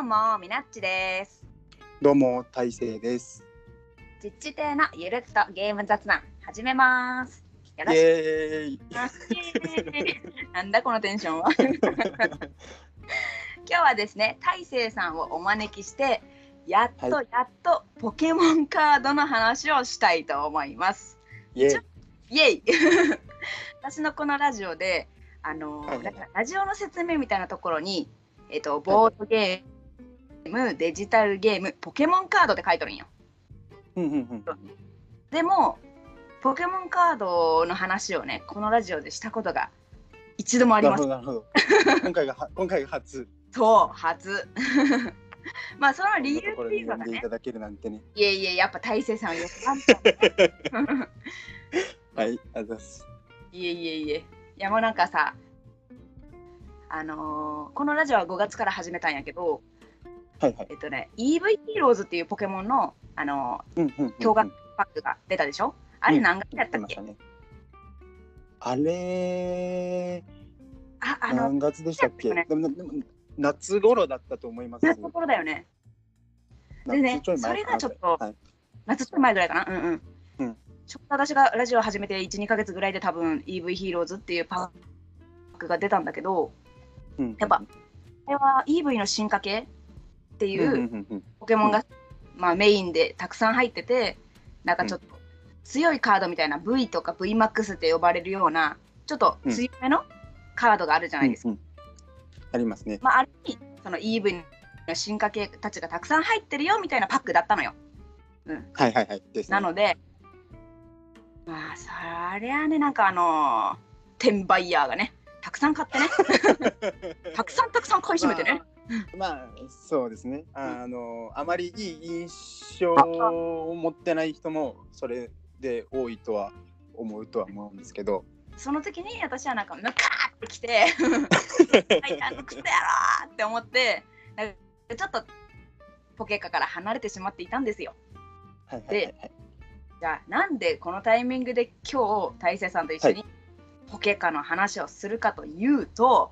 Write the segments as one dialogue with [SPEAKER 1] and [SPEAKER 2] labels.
[SPEAKER 1] もみなっちです。
[SPEAKER 2] どうも大成です。
[SPEAKER 1] 実地亭のゆるっとゲーム雑談始めます。よろしく。
[SPEAKER 2] イエーイ
[SPEAKER 1] なんだこのテンションは。今日はですね、大成さんをお招きしてやっとポケモンカードの話をしたいと思います。
[SPEAKER 2] イエイ
[SPEAKER 1] 私のこのラジオでなんかラジオの説明みたいなところにボードゲーム、デジタルゲーム、ポケモンカードって書いてるんよ。でもポケモンカードの話をね、このラジオでしたことが一度もありません。
[SPEAKER 2] なるほど今回が初。
[SPEAKER 1] そう、初。まあその理由っていうのがね、
[SPEAKER 2] いただけるなんてね。
[SPEAKER 1] いえやっぱ大成さんはよくあったね。
[SPEAKER 2] はい、ありがとうございます。
[SPEAKER 1] いやもうなんかさ、このラジオは5月から始めたんやけど、EV ヒーローズっていうポケモンの驚愕パックが出たでしょ。あれ何月やったっけ？
[SPEAKER 2] あれ何月でしたっけ？でも夏頃だったと思います。
[SPEAKER 1] 夏頃だよね。でね、それがちょっと、夏ちょっと前ぐらいかな。ちょっと私がラジオ始めて 1,2 ヶ月ぐらいで多分 EV ヒーローズっていうパックが出たんだけど、やっぱあれは EV の進化系っていうポケモンが、まあ、メインでたくさん入ってて、なんかちょっと強いカードみたいな V とか VMAX って呼ばれるようなちょっと強めのカードがあるじゃないですか。
[SPEAKER 2] ありますね。
[SPEAKER 1] まあ、あれにその EV の進化系たちがたくさん入ってるよみたいなパックだったのよ。
[SPEAKER 2] ですね。
[SPEAKER 1] なのでまあそりゃね、なんか転売ヤーがねたくさん買ってねたくさん買い占めてね。
[SPEAKER 2] まあそうですね。あまりいい印象を持ってない人もそれで多いとは思うんですけど、
[SPEAKER 1] その時に私はなんかムカーってきてはいあのクソやろって思ってちょっとポケカから離れてしまっていたんですよ。で、じゃあなんでこのタイミングで今日大成さんと一緒にポケカの話をするかというと、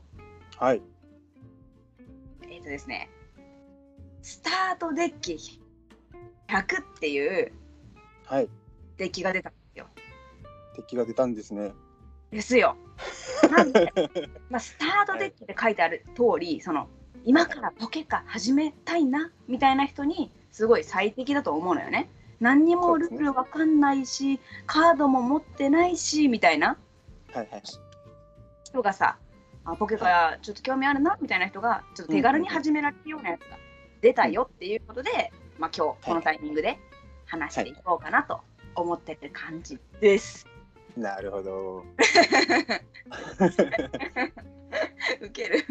[SPEAKER 1] ですね、スタートデッキ100っていうデッキが出たんですよ。
[SPEAKER 2] デッキが出たんですね。
[SPEAKER 1] ですよ。なんで、スタートデッキって書いてある通り、その今からポケカ始めたいなみたいな人にすごい最適だと思うのよね。何にもルールわかんないし、カードも持ってないしみたいな人がさ、ポケカちょっと興味あるなみたいな人がちょっと手軽に始められるようなやつが出たよっていうことで、今日このタイミングで話していこうかなと思ってる感じです。
[SPEAKER 2] なるほど。
[SPEAKER 1] ウケる。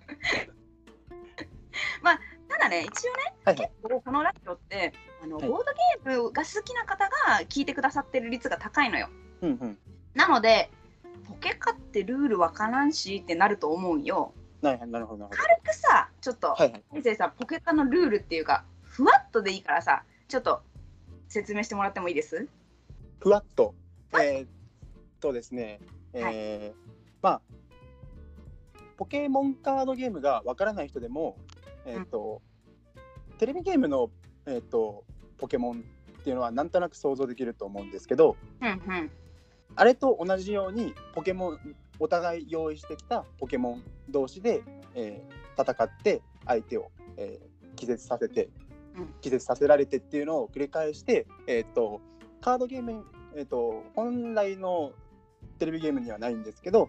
[SPEAKER 1] まあただね、一応ね、結構このラジオってボードゲームが好きな方が聞いてくださってる率が高いのよ。なのでポケカってルールわからんしってなると思うんよ。
[SPEAKER 2] なるほど。
[SPEAKER 1] 軽くさ、ちょっと大成さん、ポケカのルールっていうかふわっとでいいからさ、ちょっと説明してもらってもいいです？
[SPEAKER 2] ふわっとですね、まあポケモンカードゲームがわからない人でも、テレビゲームのポケモンっていうのはなんとなく想像できると思うんですけど、あれと同じようにポケモンお互い用意してきたポケモン同士で、戦って相手を、気絶させられてっていうのを繰り返して、カードゲーム、本来のテレビゲームにはないんですけど、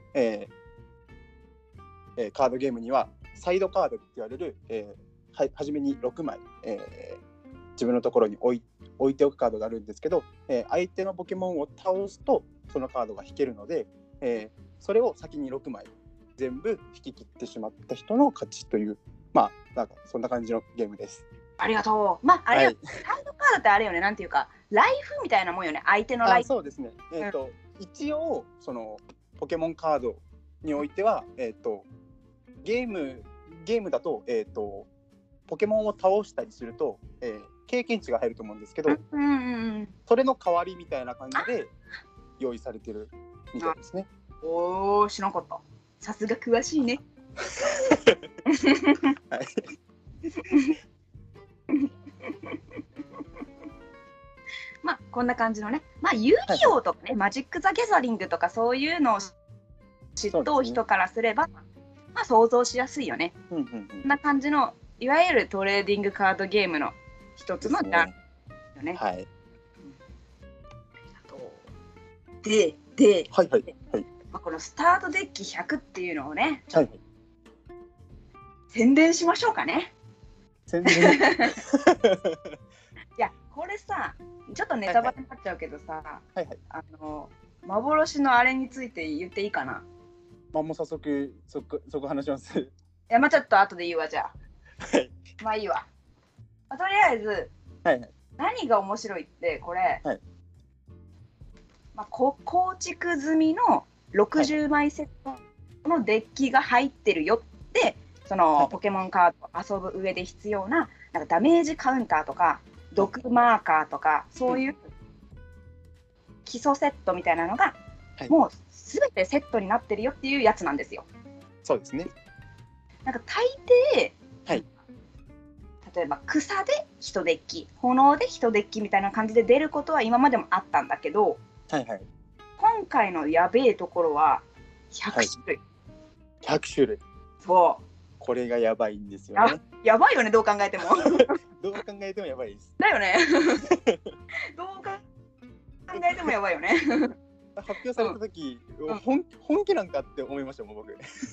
[SPEAKER 2] カードゲームにはサイドカードって言われる、初めに6枚、自分のところに置いておくカードがあるんですけど、相手のポケモンを倒すとそのカードが引けるので、それを先に6枚全部引き切ってしまった人の勝ちという、なんかそんな感じのゲームです。
[SPEAKER 1] ありがとう。あれ、サイドカードってあれよね、なんていうかライフみたいなもんよね、相手のライフ。
[SPEAKER 2] そうですね。一応そのポケモンカードにおいては、ゲームだと、ポケモンを倒したりすると、経験値が入ると思うんですけど、それの代わりみたいな感じで用意されてるみたいですね。
[SPEAKER 1] おー、知らなかった。さすが詳しいね。 まあこんな感じのね、まあ遊戯王とかね、マジック・ザ・ギャザリングとかそういうのを知っとう人からすれば、まあ想像しやすいよね。こんな感じのいわゆるトレーディングカードゲームの一つのジャンルよね。はい。で、
[SPEAKER 2] はいはいはい。
[SPEAKER 1] まあ、このスタートデッキ100っていうのをね、はい、宣伝しましょうかね。
[SPEAKER 2] 宣伝
[SPEAKER 1] いやこれさ、ちょっとネタバレになっちゃうけどさ、はいはい、幻のあれについて言っていいかな。
[SPEAKER 2] まあもう早速そこ話します。い
[SPEAKER 1] やまあちょっと後で言うわじゃあ。
[SPEAKER 2] はい。
[SPEAKER 1] まあいいわ。まあ、とりあえず、はいはい、何が面白いってこれ、はい、まあ、構築済みの60枚セットのデッキが入ってるよって、その、はい、ポケモンカードを遊ぶ上で必要な、なんかダメージカウンターとか毒マーカーとかそういう基礎セットみたいなのが、はい、もう全てセットになってるよっていうやつなんですよ。
[SPEAKER 2] そうですね。
[SPEAKER 1] なんか大抵、はい、例えば草で1デッキ、炎で1デッキみたいな感じで出ることは今までもあったんだけど、はいはい、今回のやべえところは100種類、
[SPEAKER 2] はい、100種類。そう、これがやばいんですよね。
[SPEAKER 1] やばいよね、どう考えても
[SPEAKER 2] どう考えてもやばいです。
[SPEAKER 1] だよねどう考えてもやばいよね
[SPEAKER 2] 発表された時、本気なんかって思いましたもん僕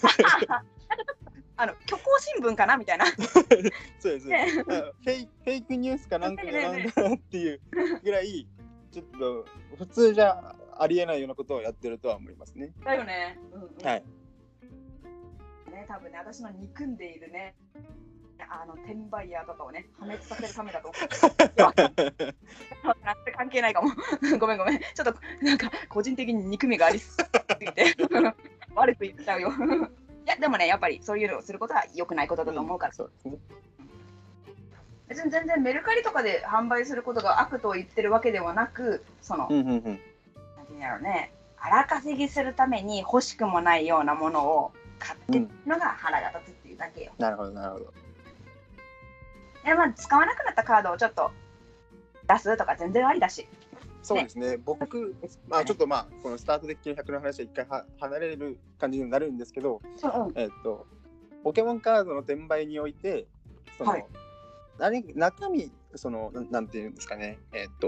[SPEAKER 1] 虚構新聞かなみたいな
[SPEAKER 2] そうです、ね、フェイクニュースかなんかなんだなっていうぐらいちょっと普通じゃありえないようなことをやってるとは思いますね。
[SPEAKER 1] だよね。
[SPEAKER 2] はい
[SPEAKER 1] ね、多分ね、私の憎んでいるね転売ヤーとかをね破滅させるためだと思う関係ないかもごめんちょっとなんか個人的に憎みがありすぎて悪く言っちゃうよいやでもね、やっぱりそういうのをすることは良くないことだと思うから、そうですね。別に全然メルカリとかで販売することが悪と言ってるわけではなく、その、なんていうんだろうね、荒稼ぎするために欲しくもないようなものを買ってるのが腹が立つっていうだけよ。
[SPEAKER 2] なるほどなるほど。
[SPEAKER 1] まあ使わなくなったカードをちょっと出すとか全然ありだし。
[SPEAKER 2] そうですね。僕、まあちょっとこのスタートデッキの100の話は一回離れる感じになるんですけど、ポケモンカードの転売において、その、はい、中身、なんていうんですかね、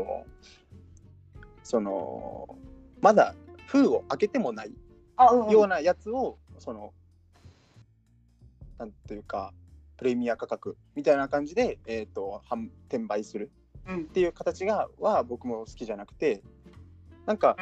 [SPEAKER 2] そのまだ封を開けてもないようなやつを、なんていうかプレミア価格みたいな感じで、転売するっていう形は僕も好きじゃなくて、なんか、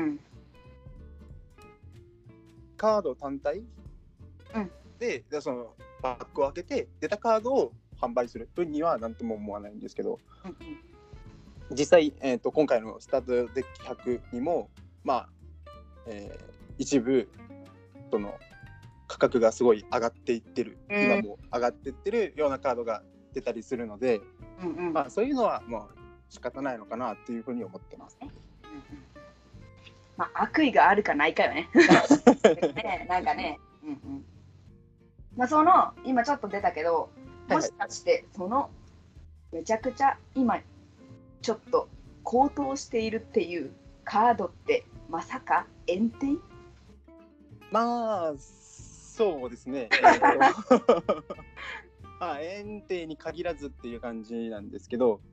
[SPEAKER 2] カード単体、でそのバッグを開けて出たカードを販売する分には何とも思わないんですけど、実際、今回のスタートデッキ100にも一部その価格がすごい上がっていってる、今も上がっていってるようなカードが出たりするので、そういうのはもう仕方ないのかなっていうふうに思ってます。
[SPEAKER 1] 悪意があるかないかよね。なんかね、その今ちょっと出たけど、もしかしてそのめちゃくちゃ今ちょっと高騰しているっていうカードってまさか炎帝？
[SPEAKER 2] そうですね。炎帝に限らずっていう感じなんですけど、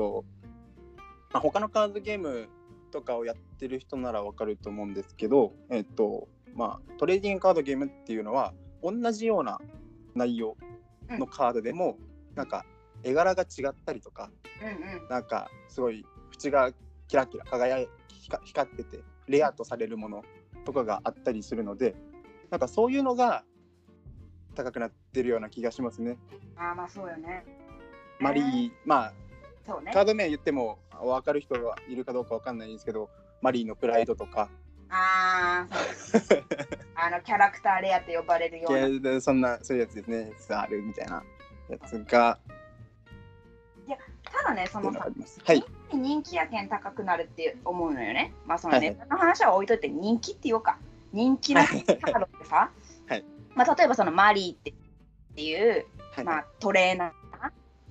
[SPEAKER 2] 他のカードゲームとかをやってる人ならわかると思うんですけど、トレーディングカードゲームっていうのは同じような内容のカードでも、なんか絵柄が違ったりとか、なんかすごい縁がキラキラ光っててレアとされるものとかがあったりするので、なんかそういうのが高くなってるような気がしますね。
[SPEAKER 1] そうよね。
[SPEAKER 2] マリー、そうね、カード名言っても分かる人がいるかどうか分かんないんですけど、マリーのプライドとか、
[SPEAKER 1] そうキャラクターレアって呼ばれるような
[SPEAKER 2] そういうやつですね。あるみたいなやつが。
[SPEAKER 1] いや、ただね、そのさ、人気やけん高くなるって思うのよね。そのネタの話は置いといて、人気って言おうか。人気のカードってさ、例えばそのマリーっていう、トレーナ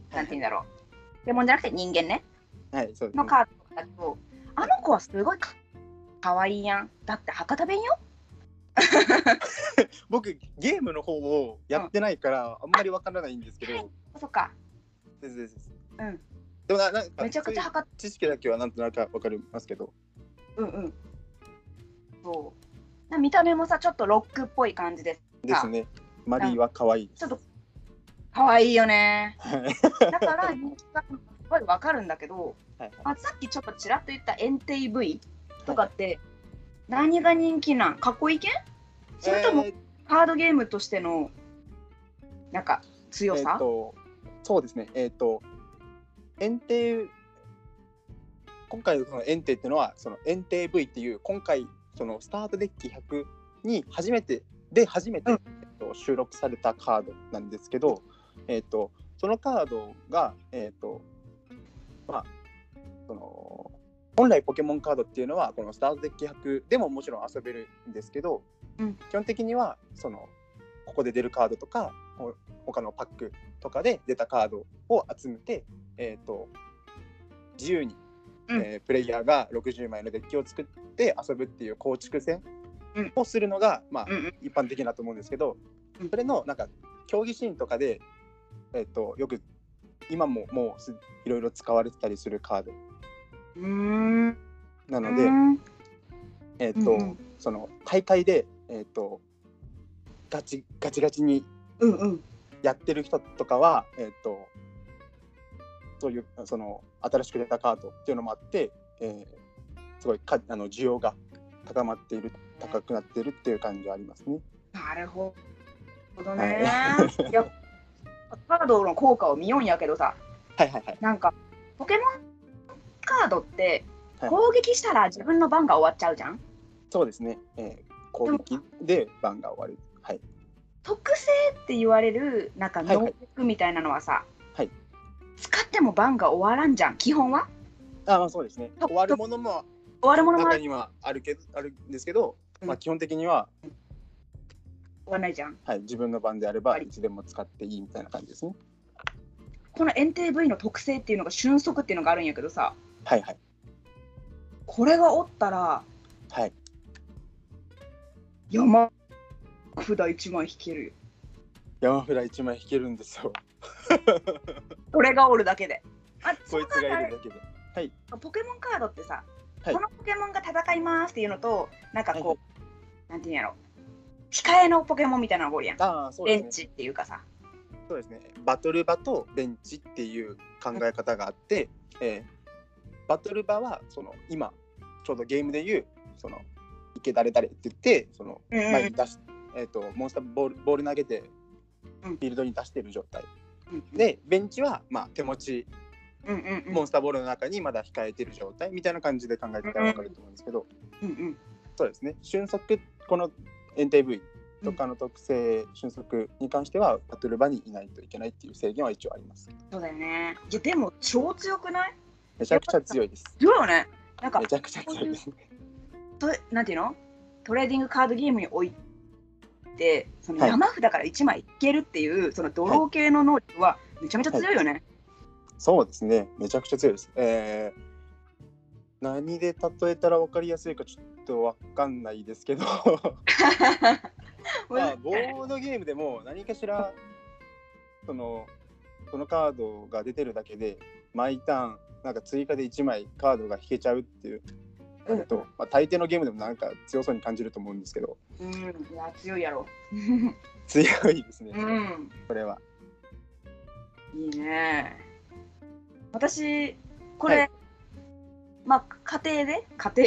[SPEAKER 1] なんて言うんだろう、ポケモンじゃなくて人間ね、
[SPEAKER 2] はいそうですね、
[SPEAKER 1] のカードだけど、あの子はすごいかわいいやん。だって博多弁よ。
[SPEAKER 2] 僕ゲームの方をやってないから、あんまりわからないんですけど、
[SPEAKER 1] そっか。
[SPEAKER 2] です
[SPEAKER 1] うん。
[SPEAKER 2] でもなんか
[SPEAKER 1] めちゃくちゃ博多
[SPEAKER 2] 知識だけはなんとなくわかりますけど。
[SPEAKER 1] そう見た目もさ、ちょっとロックっぽい感じで
[SPEAKER 2] ですね。マリーは可愛いです。
[SPEAKER 1] ちょっと可愛いよね。だから人気がすごいわかるんだけど、さっきちょっとちらっと言ったエンテイ V とかって、何が人気なん？かっこいいけん？それともカードゲームとしてのなんか強さ？
[SPEAKER 2] そうですね。エンテ今回のそのエンテっていうのはそのエンテ V っていう今回そのスタートデッキ100に初めて、収録されたカードなんですけど、そのカードがまあその本来ポケモンカードっていうのはこのスタートデッキ100でももちろん遊べるんですけど、基本的にはここで出るカードとか他のパックとかで出たカードを集めて、自由に、プレイヤーが60枚のデッキを作って遊ぶっていう構築戦をするのが、一般的だと思うんですけど、それのなんか競技シーンとかで、よく今ももういろいろ使われてたりするカードなので、その大会で、ガチガチにやってる人とかは、そういうその新しく出たカードっていうのもあって、すごい需要が高くなっているっていう感じはありますね。
[SPEAKER 1] なるほどね。いやカードの効果を見よんやけどさ、なんかポケモンカードって攻撃したら自分の番が終わっちゃうじゃん。
[SPEAKER 2] そうですね、攻撃で番が終わる。
[SPEAKER 1] 特性って言われるなんか能力みたいなのはさ、使っても番が終わらんじゃん、基本は。
[SPEAKER 2] そうですね。終わるものも中にはあるんですけど、基本的には
[SPEAKER 1] 終わらないじゃん。
[SPEAKER 2] 自分の番であればいつでも使っていいみたいな感じですね。
[SPEAKER 1] この NTV の特性っていうのが瞬足っていうのがあるんやけどさ、これがおったら、山札1枚引けるよ。
[SPEAKER 2] 山札1枚引けるんですよ。
[SPEAKER 1] これがおるだけで。
[SPEAKER 2] こいつがいるだけで。
[SPEAKER 1] ポケモンカードってさ、このポケモンが戦いますっていうのと、なんかこう、なんていうんやろ、控えのポケモンみたいなのがおるやん。ベンチっていうかさ。
[SPEAKER 2] そうですね。バトル場とベンチっていう考え方があって、バトル場は今ちょうどゲームでいう池誰々って言って前に出し、モンスターボール投げてフィールドに出している状態、でベンチは手持ち、モンスターボールの中にまだ控えている状態みたいな感じで考えてたら分かると思うんですけど、そうですね。瞬足、この NTV とかの特性、瞬足に関してはバトル場にいないといけないっていう制限は一応あります。
[SPEAKER 1] そうだよね。いやでも超強くない？
[SPEAKER 2] めちゃくちゃ強いです。
[SPEAKER 1] 強いよね。なんか
[SPEAKER 2] めちゃくちゃ強いです。
[SPEAKER 1] なんていうの？トレーディングカードゲームにおいて、その山札から1枚いけるっていう、そのドロー系の能力はめちゃめちゃ強いよね。
[SPEAKER 2] そうですね。めちゃくちゃ強いです。何で例えたら分かりやすいかちょっと分かんないですけどボードゲームでも何かしらそのカードが出てるだけで毎ターンなんか追加で1枚カードが引けちゃうっていう大抵のゲームでもなんか強そうに感じると思うんですけど、
[SPEAKER 1] いや強いやろ
[SPEAKER 2] 強いですね、これは。
[SPEAKER 1] いいね。私これ、家庭で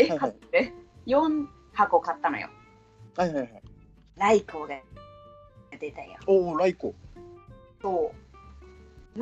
[SPEAKER 1] 4箱買ったのよ。ライコーが出たよ。
[SPEAKER 2] おお、ライコー。
[SPEAKER 1] そう。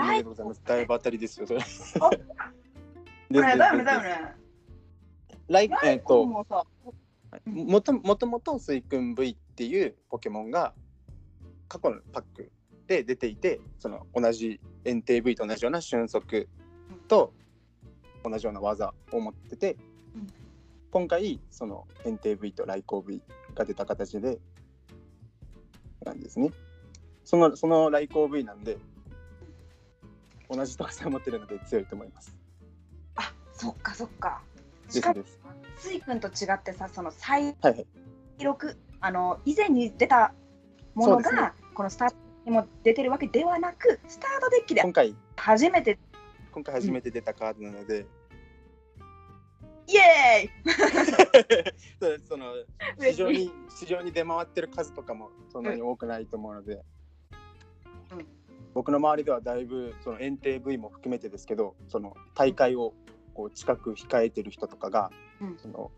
[SPEAKER 2] ありがとうございます。だいぶ当たりですよ、それ。
[SPEAKER 1] だよね。
[SPEAKER 2] ライコーもさ、もともとスイクン V っていうポケモンが過去のパックで出ていて、同じ NTV と同じような瞬足と同じような技を持ってて、今回NTV とライコー V が出た形でなんですね。そのライコー V なんで、 同じ特性を持ってるので強いと思います。
[SPEAKER 1] あ、そっかそっか。
[SPEAKER 2] しかも
[SPEAKER 1] スイ君と違ってさ、その再
[SPEAKER 2] はい
[SPEAKER 1] 録、以前に出たものが、ね、このスタートにも出てるわけではなく、スタートデッキで
[SPEAKER 2] 今回
[SPEAKER 1] 初めて
[SPEAKER 2] 出たカードなので、
[SPEAKER 1] イエーイ
[SPEAKER 2] その市場に出回ってる数とかもそんなに多くないと思うので、僕の周りではだいぶその園庭 V も含めてですけど、その大会をこう近く控えてる人とかが、その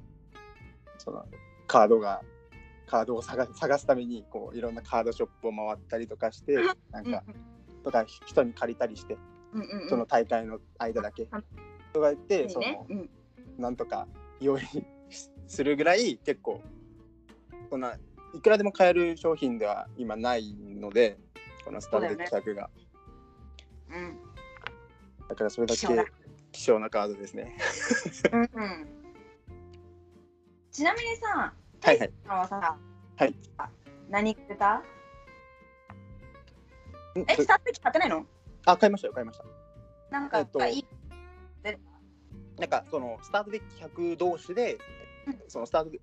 [SPEAKER 2] カードを探すためにこういろんなカードショップを回ったりとかしてなんかとか人に借りたりして、その大会の間だけとか言ってなんとか用意するぐらい結構そんないくらでも買える商品では今ないので、このスタートデッキ100が、だからそれだけ希少なカードですね。
[SPEAKER 1] ちなみにさ、
[SPEAKER 2] はいはい、
[SPEAKER 1] 何くれた？スタートデッキ買ってないの？
[SPEAKER 2] あ、買いましたよ。
[SPEAKER 1] なんか
[SPEAKER 2] なんかそのスタートデッキ100同士で、そのスタートデ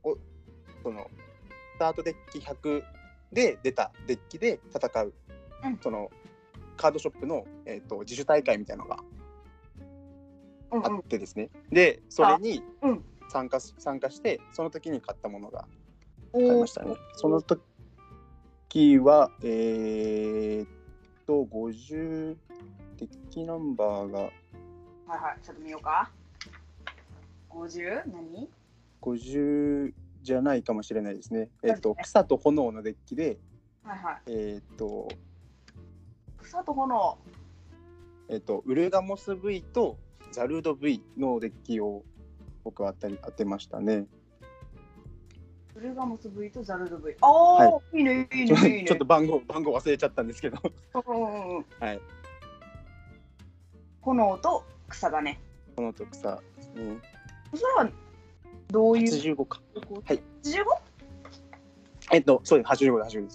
[SPEAKER 2] ッキ100で出たデッキで戦う、そのカードショップの、自主大会みたいなのがあってですね、でそれに参加して、その時に買ったものが買いましたね。その時は50デッキナンバーが
[SPEAKER 1] ちょっと見ようか。50？ 何
[SPEAKER 2] ？50じゃないかもしれないですね。草と炎のデッキで、
[SPEAKER 1] 草と炎、
[SPEAKER 2] ウルガモス V とザルード V のデッキを僕は当てましたね。
[SPEAKER 1] ウルガモス V とザルード V。ああ、いいね。
[SPEAKER 2] ちょっと番号忘れちゃったんですけど。はい。
[SPEAKER 1] 炎と草だね。
[SPEAKER 2] 炎と草ですね。
[SPEAKER 1] それはどういう
[SPEAKER 2] 85か。はい。
[SPEAKER 1] 85？
[SPEAKER 2] そうです。85です。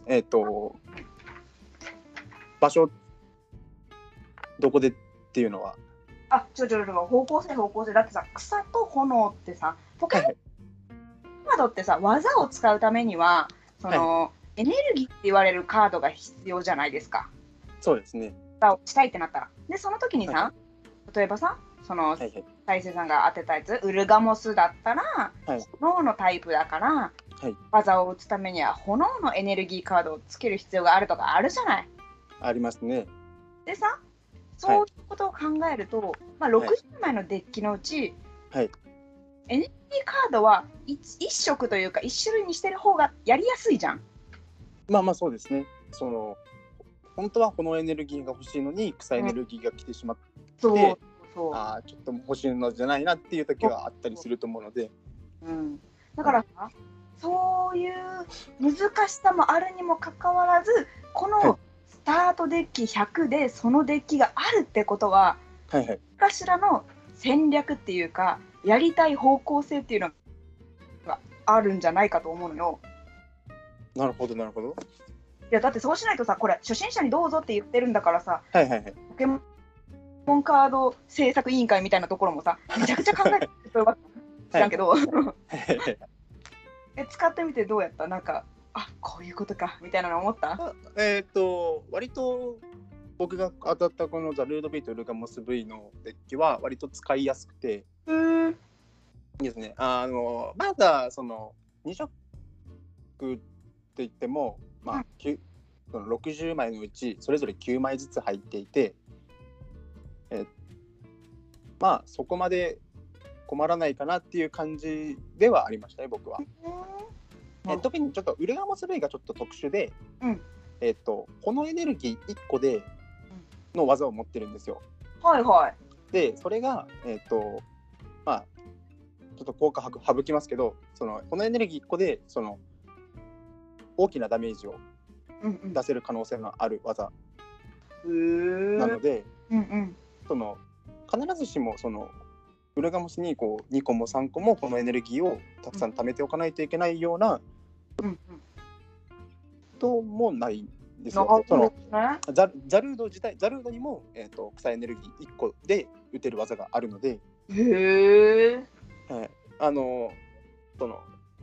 [SPEAKER 2] 場所どこでっていうのは。
[SPEAKER 1] 方向性だってさ、草と炎ってさ、ポケモンカードってさ、技を使うためにはその、エネルギーって言われるカードが必要じゃないですか。
[SPEAKER 2] そうですね。
[SPEAKER 1] 技をしたいってなったら、でその時にさ、例えばさ、その大勢さんが当てたやつ、ウルガモスだったら、炎のタイプだから、技を打つためには炎のエネルギーカードをつける必要があるとかあるじゃない。
[SPEAKER 2] ありますね。
[SPEAKER 1] でさ、そういうことを考えると、60枚のデッキのうち、エネルギーカードは 1色というか1種類にしてる方がやりやすいじゃん。
[SPEAKER 2] そうですね。その本当はこのエネルギーが欲しいのに草エネルギーが来てしまって、ちょっと欲しいのじゃないなっていう時はあったりすると思うので、
[SPEAKER 1] だからさ、そういう難しさもあるにもかかわらず、このスタートデッキ100でそのデッキがあるってことは、何かしらの戦略っていうかやりたい方向性っていうのがあるんじゃないかと思うのよ。
[SPEAKER 2] なるほど。
[SPEAKER 1] いやだってそうしないとさ、これ初心者にどうぞって言ってるんだからさ、ポケモンカード制作委員会みたいなところもさ、めちゃくちゃ考えてるわけだけど使ってみてどうやった？なんかこういうことかみたいなの思った？
[SPEAKER 2] 割と僕が当たったこのザルード V とウルガモス V のデッキは割と使いやすくていいですね。まだその2色って言っても、その60枚のうちそれぞれ9枚ずつ入っていて、そこまで困らないかなっていう感じではありましたね、僕は。特にちょっとウルガモス V がちょっと特殊で、このエネルギー1個での技を持ってるんですよ。でそれがちょっと効果省きますけど、このエネルギー1個でその大きなダメージを出せる可能性のある技なので、その必ずしもそのウルガモスにこう2個も3個もこのエネルギーをたくさん貯めておかないといけないようなこともないですよ。そのザルードにも、草エネルギー1個で打てる技があるので、
[SPEAKER 1] へえ。
[SPEAKER 2] はい、その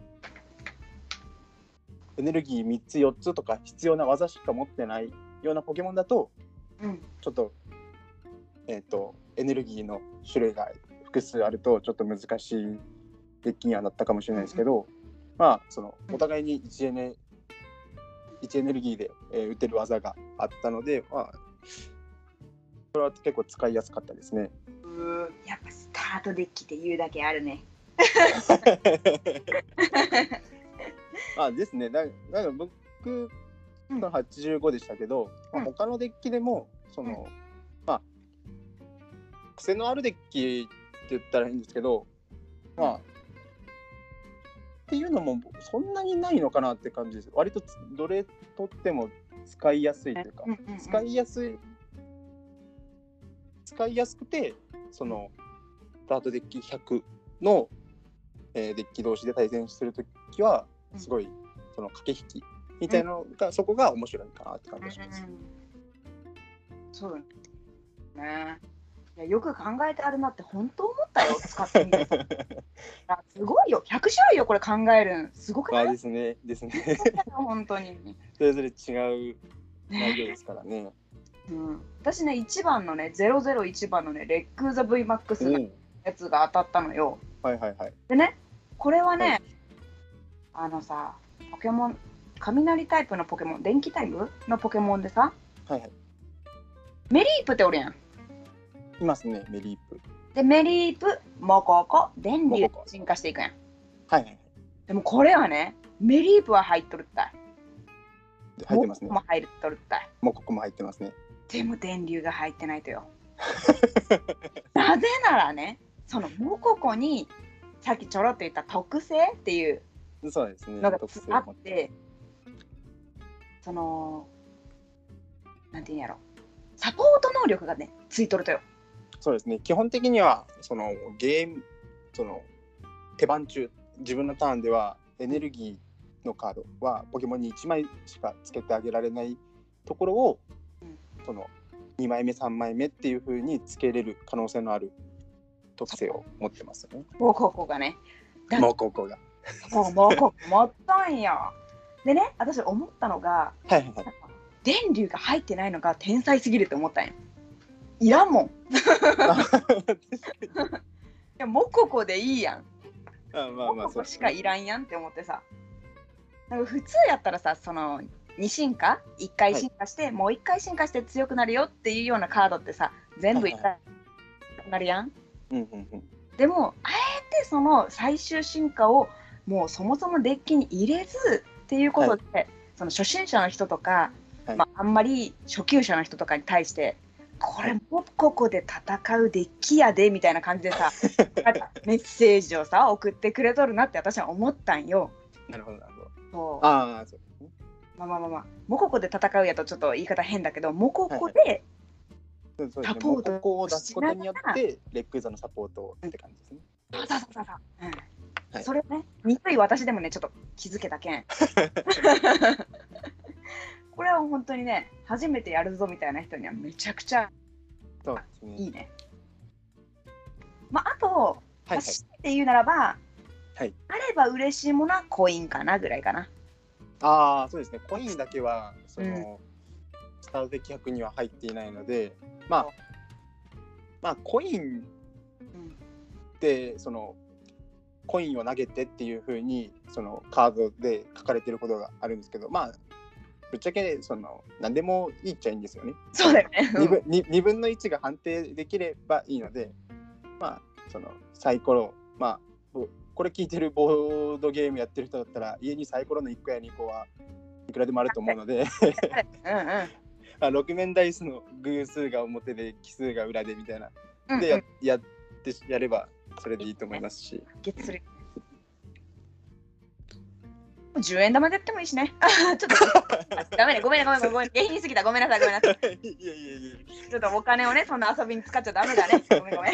[SPEAKER 2] エネルギー3つ4つとか必要な技しか持ってないようなポケモンだと、ちょっと、エネルギーの種類が複数あるとちょっと難しいデッキにはなったかもしれないですけど、まあそのお互いに1エネルギーで、打てる技があったので、まあそれは結構使いやすかったですね。
[SPEAKER 1] やっぱスタートデッキって言うだけあるね。
[SPEAKER 2] あですね。だから僕の85でしたけど、他のデッキでもその、まあ癖のあるデッキって言ったらいいんですけど、まあっていうのもそんなにないのかなって感じです。割とどれとっても使いやすいというか、使いやすくて、そのスタートデッキ100の、デッキ同士で対戦するときはすごいその駆け引きみたいなのが、そこが面白いかなって感じがします。
[SPEAKER 1] そうだね。いやよく考えてあるなって本当思ったよ、使ってみて。すごいよ、100種類よこれ考えるん。すごくない？
[SPEAKER 2] ですね。
[SPEAKER 1] 本当に。
[SPEAKER 2] それぞれ違う内容ですからね。
[SPEAKER 1] 私ね、1番のね、001番のね、レック・ザ・ VMAX のやつが当たったのよ。でね、これはね、ポケモン、雷タイプのポケモン、電気タイプのポケモンでさ、メリープっておるやん。
[SPEAKER 2] いますね、メリープ。
[SPEAKER 1] で、メリープ、モココ、電流進化していくやん。でもこれはね、メリープは入っとるったい。
[SPEAKER 2] 入ってますね。
[SPEAKER 1] モココも入っとるったい。
[SPEAKER 2] モココも入ってますね。
[SPEAKER 1] でも電流が入ってないとよ。なぜならね、そのモココにさっきちょろっと言った特性っていうのがあって、そのなんていうんやろ、サポート能力がねついとるとよ。
[SPEAKER 2] そうですね。基本的にはその手番中、自分のターンではエネルギーのカードはポケモンに1枚しかつけてあげられないところを、その2枚目3枚目っていう風につけれる可能性のある特性を持ってますよね。
[SPEAKER 1] モココがね。
[SPEAKER 2] モココが。
[SPEAKER 1] モココ持ったんや。でね、私思ったのが、電流が入ってないのが天才すぎるって思ったんや。いらんもん。いやモココでいいやん。モココしかいらんやんって思ってさ。なんか普通やったらさ、その2進化1回進化して、もう1回進化して強くなるよっていうようなカードってさ、全部いらなるやん。でもあえてその最終進化をもうそもそもデッキに入れずっていうことで、その初心者の人とか、あんまり初級者の人とかに対して、これモココで戦うデッキやでみたいな感じでさメッセージをさ送ってくれとるなって私は思ったんよ。
[SPEAKER 2] なるほどなるほど。
[SPEAKER 1] そう。そうですね。モココで戦うやとちょっと言い方変だけど、モココでサポート
[SPEAKER 2] を出すことによってレックザのサポートって感じですね。
[SPEAKER 1] それね、憎い私でもねちょっと気づけたけんこれは本当にね、初めてやるぞみたいな人にはめちゃくちゃいいね。あと強いて言うならば、あれば嬉しいものはコインかなぐらいかな。
[SPEAKER 2] そうですね。コインだけはその、スタートデッキ100には入っていないので、まあコインってそのコインを投げてっていう風にそのカードで書かれてることがあるんですけど、ぶっちゃけその何でもいいっちゃいいんですよね。
[SPEAKER 1] そうだよね。
[SPEAKER 2] 2分の1が判定できればいいので、そのサイコロ、これ聞いてるボードゲームやってる人だったら家にサイコロの1個や2個はいくらでもあると思うので6面ダイスの偶数が表で奇数が裏でみたいなでやればそれでいいと思いますし、
[SPEAKER 1] 10円玉でやってもいいしね。ちょっとダメね、ごめん下品すぎた、ごめんなさいちょっとお金をねそんな遊びに使っちゃダメだね。ごめん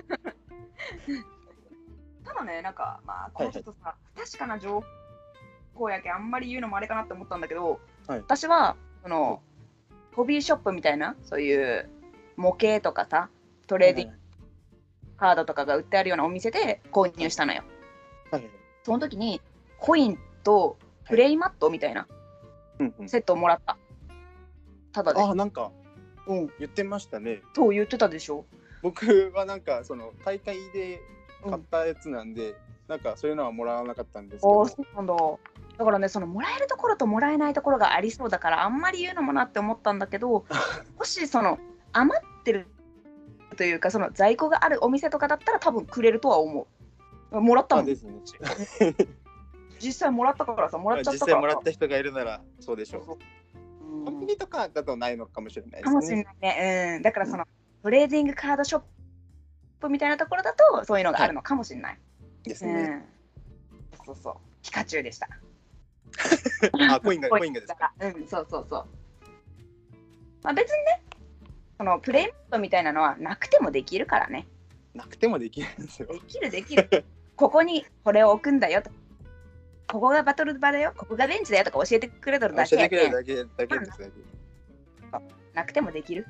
[SPEAKER 1] ただね、なんかこのちょっとさ、確かな情報やけあんまり言うのもあれかなって思ったんだけど、私はそのホビーショップみたいなそういう模型とかさトレーディングカードとかが売ってあるようなお店で購入したのよ。その時にコインとプレイマットみたいなセットをもらった。ただで。
[SPEAKER 2] あ、なんか言ってましたね。
[SPEAKER 1] そう言ってたでしょ。
[SPEAKER 2] 僕はなんかその大会で買ったやつなんで、なんかそういうのはもらわなかったんですけど。
[SPEAKER 1] そうなんだ。だからね、そのもらえるところともらえないところがありそうだからあんまり言うのもなって思ったんだけどもしその余ってるというかその在庫があるお店とかだったら多分くれるとは思う。もらったもん。
[SPEAKER 2] ですね、
[SPEAKER 1] 実際もらったからさ、もらっちゃったから。
[SPEAKER 2] 実際もらった人がいるならそうでしょう。コンビニとかだとないのかもしれないですね。
[SPEAKER 1] かもしれないね。だからそのトレーディングカードショップみたいなところだとそういうのがあるのかもしれない。
[SPEAKER 2] ですね。
[SPEAKER 1] そうそう。ピカチュウでした。
[SPEAKER 2] あ、コインがですか。
[SPEAKER 1] そうそうそう。まあ別にね、そのプレイマットみたいなのはなくてもできるからね。
[SPEAKER 2] なくてもできるんですよ。
[SPEAKER 1] できる。ここにこれを置くんだよと。ここがバトル場だよ。ここがベンチだよとか教えてくれとるだけやけん。
[SPEAKER 2] 教えてくれるだけです。
[SPEAKER 1] なくてもできる。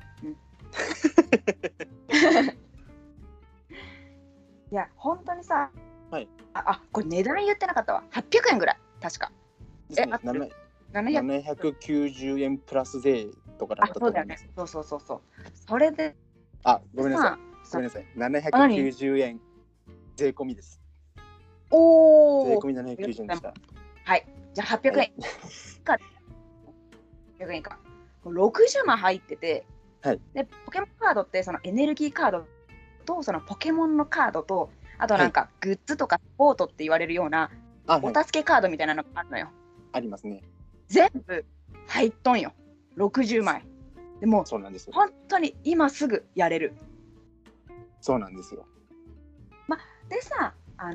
[SPEAKER 1] いや、本当にさ、これ値段言ってなかったわ。800円ぐらい、確か。
[SPEAKER 2] 790円プラス税とかだったと思います。そうだよね。
[SPEAKER 1] そう。それで、
[SPEAKER 2] ごめんなさい。790円税込みです。税込み790円でした。
[SPEAKER 1] はい。じゃあ800円。800円か。60枚入ってて、でポケモンカードってそのエネルギーカードとそのポケモンのカードとあとなんかグッズとかスポートって言われるようなお助けカードみたいなのがあるのよ。
[SPEAKER 2] ありますね。
[SPEAKER 1] 全部入っとんよ。60枚。でも
[SPEAKER 2] そうなんですよ。
[SPEAKER 1] 本当に今すぐやれる。
[SPEAKER 2] そうなんですよ。
[SPEAKER 1] でさ、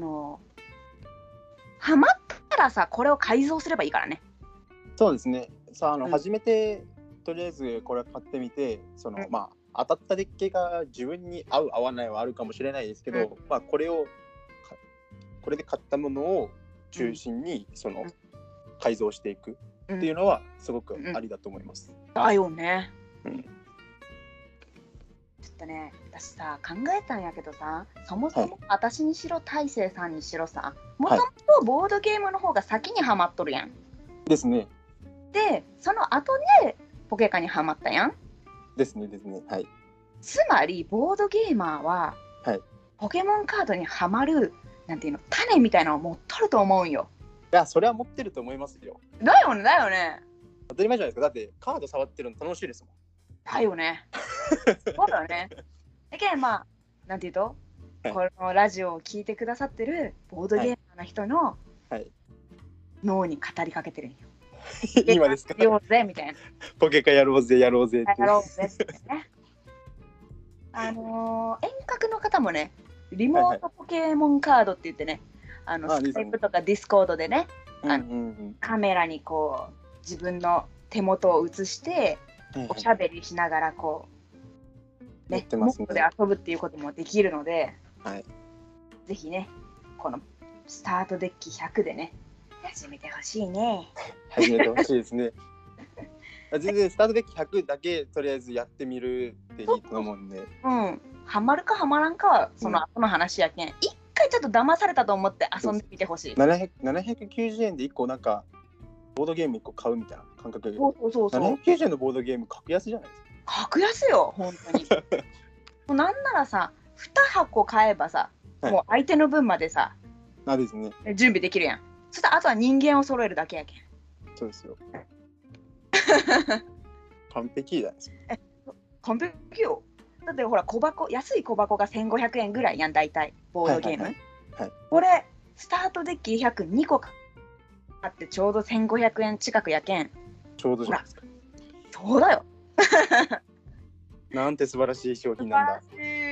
[SPEAKER 1] ハマったらさこれを改造すればいいからね。
[SPEAKER 2] そうですね。さあ、初めてとりあえずこれ買ってみて、その当たったデッキが自分に合う合わないはあるかもしれないですけど、これで買ったものを中心にその改造していくっていうのはすごくありだと思います。
[SPEAKER 1] だよね。ちょっとね、私さ考えたんやけどさ、そもそも私にしろ大成さんにしろさ、もともとボードゲームの方が先にハマっとるやん。
[SPEAKER 2] ですね。
[SPEAKER 1] で、その後でポケカにハマったやん。
[SPEAKER 2] ですね。はい。
[SPEAKER 1] つまりボードゲーマーは、ポケモンカードにハマるなんていうの種みたいなのを持っとると思うんよ。
[SPEAKER 2] いや、それは持ってると思いますよ。
[SPEAKER 1] だよね。
[SPEAKER 2] 当たり前じゃないですか。だってカード触ってるの楽しいですもん。
[SPEAKER 1] だよね。そうだよね。だけどなんていうと、このラジオを聞いてくださってるボードゲーマーの人の脳に語りかけてるんよ。
[SPEAKER 2] 今ですか？
[SPEAKER 1] やろうぜみたいな。
[SPEAKER 2] ポケカやろうぜって。
[SPEAKER 1] やろうぜってね。遠隔の方もね、リモートポケモンカードって言ってね、スカイプとかディスコードでね、カメラにこう自分の手元を映しておしゃべりしながらこうね、モッドで遊ぶっていうこともできるので、ぜひね、このスタートデッキ100でね、始めてほしいね。
[SPEAKER 2] 始めてほしいですね。全然スタートデッキ100だけとりあえずやってみるっていいと思うんで。
[SPEAKER 1] ハマるかハマらんかはその後の話やけん、一回ちょっと騙されたと思って遊んでみてほしい。
[SPEAKER 2] 790円で1個なんかボードゲーム1個買うみたいな感覚で。そう790円のボードゲーム格安じゃないですか。
[SPEAKER 1] 格安よ、本当に。もうなんならさ、2箱買えばさ、もう相手の分までさ、
[SPEAKER 2] ですね、
[SPEAKER 1] 準備できるやん。そしたらあとは人間を揃えるだけやけん。
[SPEAKER 2] そうですよ。完璧じゃないですか。
[SPEAKER 1] 完璧よ。だってほら安い小箱が1500円ぐらいやん、大体ボードゲーム。これスタートデッキ102個買ってちょうど1500円近くやけん。
[SPEAKER 2] ちょうどじゃないですか。
[SPEAKER 1] そうだよ。
[SPEAKER 2] なんて素晴らしい商品なんだ。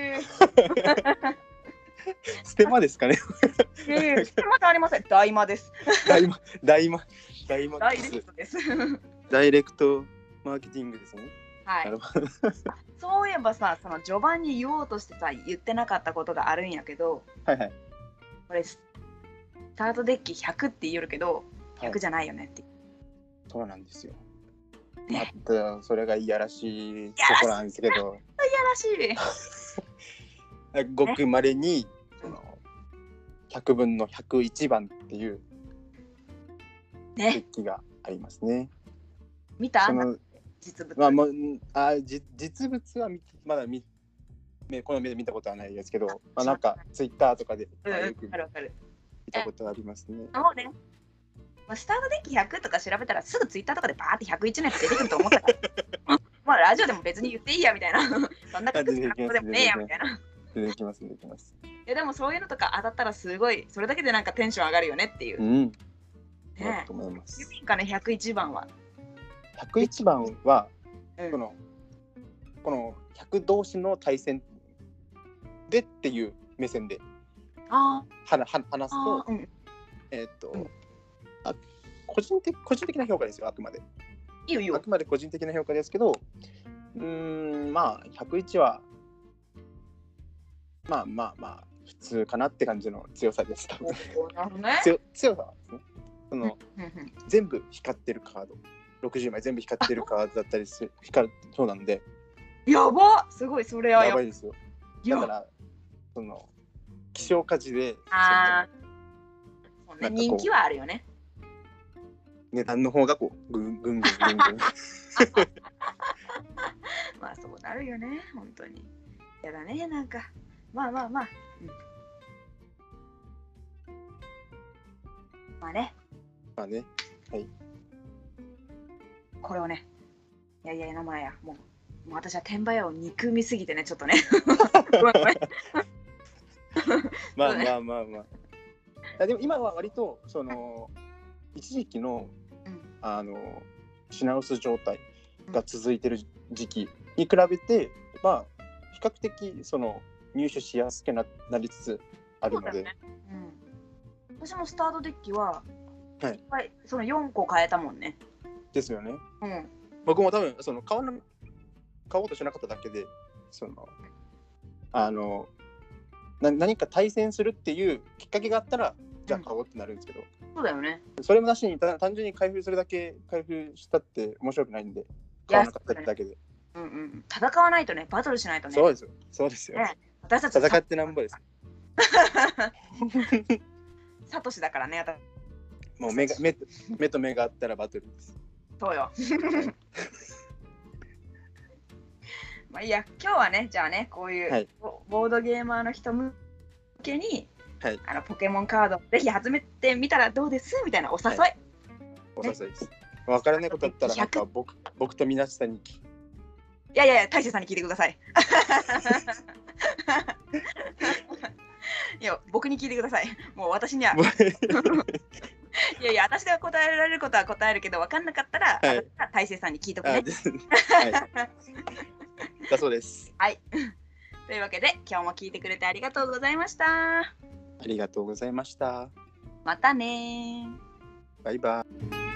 [SPEAKER 2] ステマですかね。
[SPEAKER 1] ステマじゃありません。大マです。
[SPEAKER 2] 大マ
[SPEAKER 1] ダイレクトです。
[SPEAKER 2] ダイレクトマーケティングですね。
[SPEAKER 1] そういえばさ、その序盤に言おうとしてさ、言ってなかったことがあるんやけど、これスタートデッキ100って言うけど、100じゃないよねって。
[SPEAKER 2] そうなんですよ。 またそれがいやらしいところなんですけど、
[SPEAKER 1] いやらしい。
[SPEAKER 2] ごくまれにその100分の101番っていうデッキがありますね。
[SPEAKER 1] 見た？
[SPEAKER 2] その
[SPEAKER 1] 実物。
[SPEAKER 2] まあ、実物はまだこの目で見たことはないですけど、まあ、なんかツイッターとかで、よく見たことありますね。
[SPEAKER 1] そうね。まあ、スタートデッキ100とか調べたらすぐツイッターとかでバーって101のやつ出てくると思ったからまあラジオでも別に言っていいやみたいなそんなことでもねえやみたいな
[SPEAKER 2] 出てきます。
[SPEAKER 1] でもそういうのとか当たったらすごいそれだけでなんかテンション上がるよねっていう。
[SPEAKER 2] ね
[SPEAKER 1] え。
[SPEAKER 2] と思います。
[SPEAKER 1] いいかね、101番は。
[SPEAKER 2] 101番は、この100同士の対戦でっていう目線で話すと、個人的な評価ですよ、あくまで。
[SPEAKER 1] いいよいいよ。
[SPEAKER 2] あくまで個人的な評価ですけど、まあ101はまあ普通かなって感じの強さです。多分強さはですね。その全部光ってるカード、60枚全部光ってるカードだったり光るそうなんで。
[SPEAKER 1] やば、すごい、それは
[SPEAKER 2] やばいですよ。だからその希少価値で
[SPEAKER 1] 人気はあるよね。
[SPEAKER 2] 値段の方がこうぐんぐん
[SPEAKER 1] まあそうなるよね、本当に。やだね、なんかまあ、まあね、
[SPEAKER 2] はい。
[SPEAKER 1] これをね、いや名前や、もう私は転売屋を憎みすぎてね、ちょっとね
[SPEAKER 2] まあでも今は割とその一時期の品薄状態が続いてる時期に比べて、まあ比較的その入手しやすくなりつつあるので、
[SPEAKER 1] 私もスタートデッキは、その4個変えたもんね。
[SPEAKER 2] ですよね。僕も多分その買おうとしなかっただけで、その何か対戦するっていうきっかけがあったらじゃあ買おうってなるんですけど、
[SPEAKER 1] そうだよね。
[SPEAKER 2] それもなしに単純に開封するだけ開封したって面白くないんで買わなかっただけで。
[SPEAKER 1] 戦わないとね、バトルしないとね。
[SPEAKER 2] そうですよ。
[SPEAKER 1] 私たち
[SPEAKER 2] 戦ってなんぼです。
[SPEAKER 1] サトシだからね、
[SPEAKER 2] もう目と目があったらバトルです。
[SPEAKER 1] そうよ。まあいいや、今日はね、じゃあね、こういうボードゲーマーの人向けに、ポケモンカードぜひ集めてみたらどうですみたいなお誘い。
[SPEAKER 2] お誘いです。わからないことだったらなんか僕とみなしさんに。
[SPEAKER 1] いや、大勢さんに聞いてください。いや、僕に聞いてください。もう私には。いや、私が答えられることは答えるけど、分かんなかったら、大勢さんに聞いとくね。
[SPEAKER 2] だそうです。
[SPEAKER 1] はい。というわけで、今日も聞いてくれてありがとうございました。
[SPEAKER 2] ありがとうございました。
[SPEAKER 1] またね。
[SPEAKER 2] バイバイ。